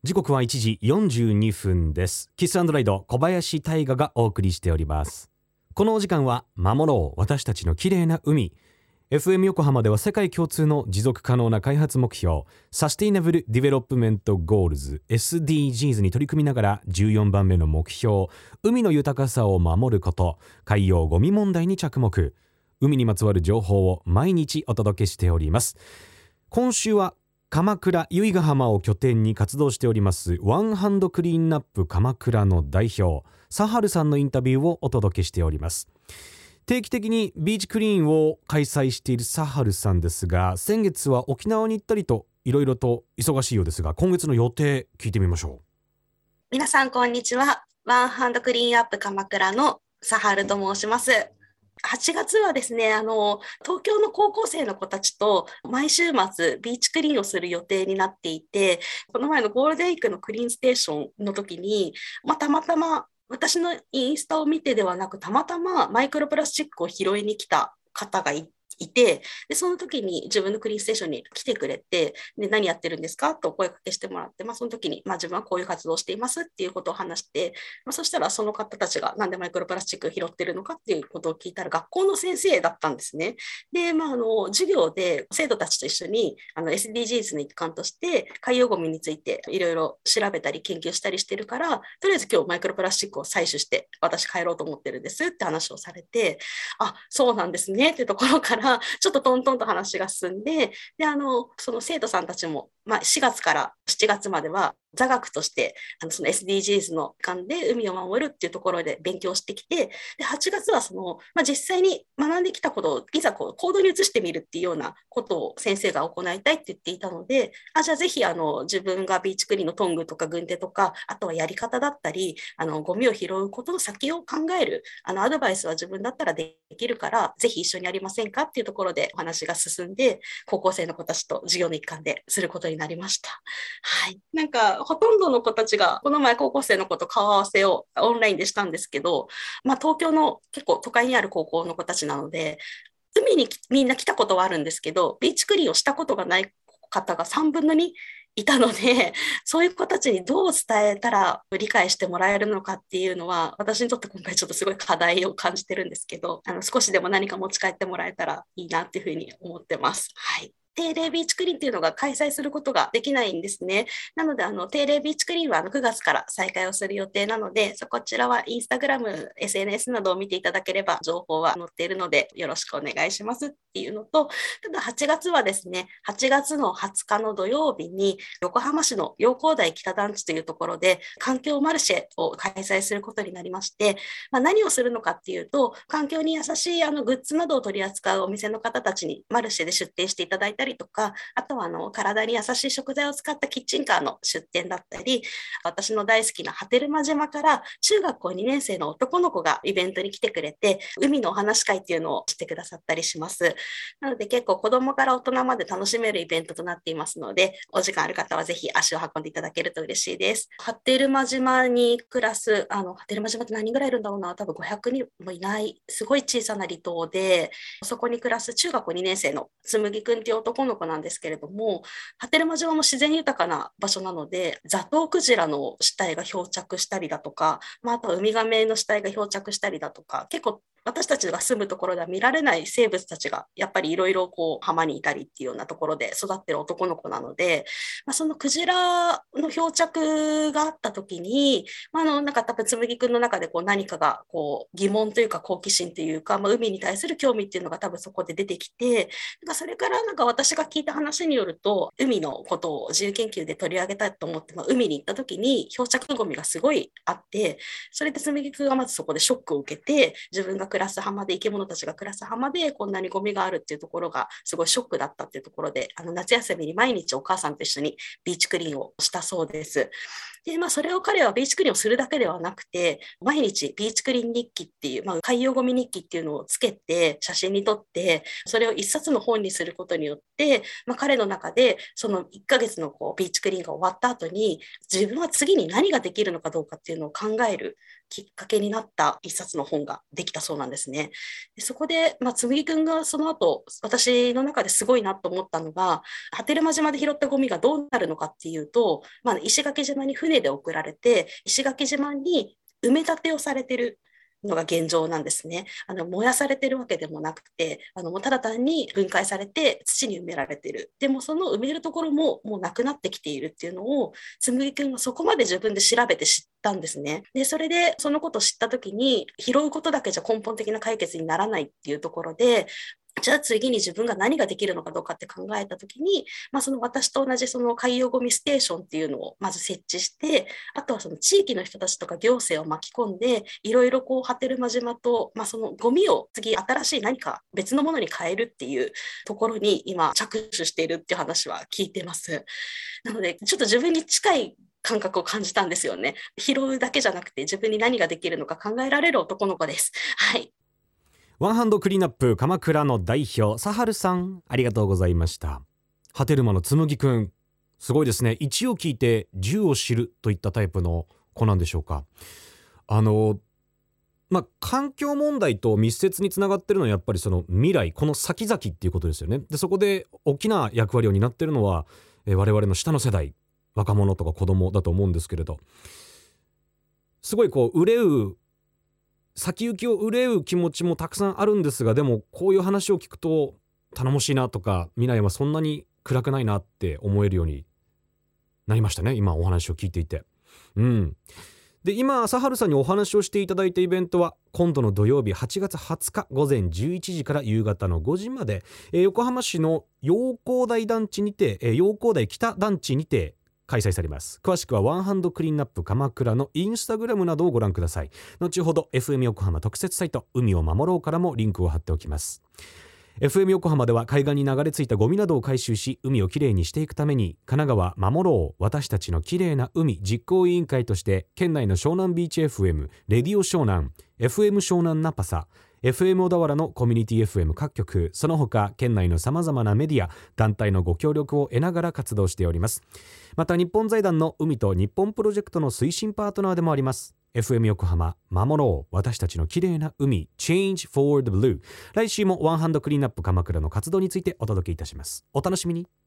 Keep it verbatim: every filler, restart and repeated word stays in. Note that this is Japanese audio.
時刻はいちじよんじゅうにふんです。キス&ライド小林大賀がお送りしております。このお時間は守ろう私たちの綺麗な海。 エフエム 横浜では世界共通の持続可能な開発目標サステイナブルディベロップメントゴールズ エスディージーズ に取り組みながらじゅうよんばんめの目標、海の豊かさを守ること、海洋ゴミ問題に着目。海にまつわる情報を毎日お届けしております。今週は鎌倉由比ヶ浜を拠点に活動しておりますワンハンドクリーンナップ鎌倉の代表サハルさんのインタビューをお届けしております。定期的にビーチクリーンを開催しているサハルさんですが、先月は沖縄に行ったりといろいろと忙しいようですが、今月の予定聞いてみましょう。 皆さんこんにちは。ワンハンドクリーンアップ鎌倉のサハルと申します。はちがつはですね、あの東京の高校生の子たちと毎週末ビーチクリーンをする予定になっていて、この前のゴールデンウィークのクリーンステーションの時に、まあ、たまたま私のインスタを見てではなく、たまたまマイクロプラスチックを拾いに来た方がいいて、でその時に自分のクリーンステーションに来てくれて、で何やってるんですかとお声かけしてもらって、まあ、その時に、まあ、自分はこういう活動をしていますっていうことを話して、まあ、そしたらその方たちがなんでマイクロプラスチックを拾ってるのかっていうことを聞いたら、学校の先生だったんですね。で、まあ、あの授業で生徒たちと一緒にあの エスディージーズ の一環として海洋ゴミについていろいろ調べたり研究したりしてるから、とりあえず今日マイクロプラスチックを採取して私帰ろうと思ってるんですって話をされて、あ、そうなんですねっていうところからちょっとトントンと話が進んで、であのその生徒さんたちも、まあ、しがつからしちがつまでは座学としてあのその エスディージーズ の間で海を守るっていうところで勉強してきて、ではちがつはその、まあ、実際に学んできたことをいざこう行動に移してみるっていうようなことを先生が行いたいって言っていたので、あじゃあぜひあの自分がビーチクリーンのトングとか軍手とか、あとはやり方だったり、あのゴミを拾うことの先を考えるあのアドバイスは自分だったらできるから、ぜひ一緒にやりませんかっていうところでお話が進んで、高校生の子たちと授業の一環ですることになりました。はい、なんかほとんどの子たちがこの前高校生の子と顔合わせをオンラインでしたんですけど、まあ、東京の結構都会にある高校の子たちなので、海にみんな来たことはあるんですけど、ビーチクリーンをしたことがない方がさんぶんのにいたので、そういう子たちにどう伝えたら理解してもらえるのかっていうのは、私にとって今回ちょっとすごい課題を感じてるんですけど、あの少しでも何か持ち帰ってもらえたらいいなっていうふうに思ってます。はい。定例ビーチクリーンっていうのが開催することができないんですね。なので、あの定例ビーチクリーンはあのくがつから再開をする予定なので、そこちらはインスタグラム、エスエヌエス などを見ていただければ情報は載っているので、よろしくお願いしますっていうのと、ただはちがつはですね、はちがつのはつかの土曜日に横浜市の陽光台北団地というところで環境マルシェを開催することになりまして、まあ、何をするのかっていうと、環境に優しいあのグッズなどを取り扱うお店の方たちにマルシェで出店していただいたりとか、あとはあの体に優しい食材を使ったキッチンカーの出店だったり、私の大好きな波照間島から中学校にねん生の男の子がイベントに来てくれて、海のお話会っていうのをしてくださったりします。なので結構子供から大人まで楽しめるイベントとなっていますので、お時間ある方はぜひ足を運んでいただけると嬉しいです。波照間島に暮らす、あの波照間島って何人ぐらいいるんだろうな、多分ごひゃくにんもいない、すごい小さな離島で、そこに暮らす中学校にねん生のつむぎくんっていう男の子なんですけれども、波照間島も自然豊かな場所なので、ザトウクジラの死体が漂着したりだとか、まあ、あとはウミガメの死体が漂着したりだとか、結構私たちが住むところでは見られない生物たちがやっぱりいろいろこう浜にいたりっていうようなところで育ってる男の子なので、まあ、そのクジラの漂着があった時に、まあ、あのなんか多分つむぎくんの中でこう何かがこう疑問というか好奇心というか、まあ、海に対する興味っていうのが多分そこで出てきて、なんかそれからなんか私が聞いた話によると、海のことを自由研究で取り上げたいと思って、まあ、海に行った時に漂着ゴミがすごいあって、それでつむぎくんがまずそこでショックを受けて、自分が暮らす浜で、生き物たちが暮らす浜でこんなにゴミがあるっていうところがすごいショックだったっていうところで、あの夏休みに毎日お母さんと一緒にビーチクリーンをしたそうです。で、まあ、それを彼はビーチクリーンをするだけではなくて、毎日ビーチクリーン日記っていう、まあ、海洋ゴミ日記っていうのをつけて写真に撮って、それを一冊の本にすることによって、まあ、彼の中でそのいっかげつのこうビーチクリーンが終わった後に、自分は次に何ができるのかどうかっていうのを考えるきっかけになった一冊の本ができたそうなんです。 なんですね。でそこで、まあ、つむぎくんがその後、私の中ですごいなと思ったのが、波照間島で拾ったゴミがどうなるのかっていうと、まあ、石垣島に船で送られて、石垣島に埋め立てをされてるのが現状なんですね。あの燃やされてるわけでもなくて、あのもうただ単に分解されて土に埋められてる。でもその埋めるところももうなくなってきているっていうのを、つむぎくんはそこまで自分で調べて知ったんですね。で、それでそのことを知ったときに、拾うことだけじゃ根本的な解決にならないっていうところで、じゃあ次に自分が何ができるのかどうかって考えたときに、まあ、その私と同じその海洋ゴミステーションっていうのをまず設置して、あとはその地域の人たちとか行政を巻き込んで、いろいろこう波照間島と、まあ、そのゴミを次新しい何か別のものに変えるっていうところに今着手しているっていう話は聞いてます。なのでちょっと自分に近い感覚を感じたんですよね。拾うだけじゃなくて自分に何ができるのか考えられる男の子です。はい。 ワンハンドクリーンアップ鎌倉の代表サハルさん、ありがとうございました。波照間のつむぎくん、すごいですね。いちを聞いてじゅうを知るといったタイプの子なんでしょうか。あのまあ環境問題と密接につながってるのはやっぱりその未来、この先々っていうことですよね。でそこで大きな役割を担っているのは、えー我々の下の世代、若者とか子供だと思うんですけれど、すごいこう憂う先行きを憂う気持ちもたくさんあるんですが、でもこういう話を聞くと頼もしいなとか、未来はそんなに暗くないなって思えるようになりましたね、今お話を聞いていて。うんで今サハルさんにお話をしていただいたイベントは今度の土曜日はちがつはつか午前じゅういちじから夕方のごじまで、えー横浜市の陽光台団地にて、えー陽光台北団地にて開催されます。詳しくはワンハンドクリーンアップ鎌倉のインスタグラムなどをご覧ください。後ほど エフエム 横浜特設サイト海を守ろうからもリンクを貼っておきます。 エフエム 横浜では海岸に流れ着いたゴミなどを回収し海をきれいにしていくために、神奈川守ろう私たちのきれいな海実行委員会として県内の湘南ビーチ エフエム、 レディオ湘南、 エフエム 湘南ナパサ、エフエム 小田原のコミュニティ エフエム 各局、その他県内のさまざまなメディア団体のご協力を得ながら活動しております。また日本財団の海と日本プロジェクトの推進パートナーでもあります。 エフエム 横浜守ろう私たちのきれいな海 Change for the Blue、 来週もワンハンドクリーンアップ鎌倉の活動についてお届けいたします。お楽しみに。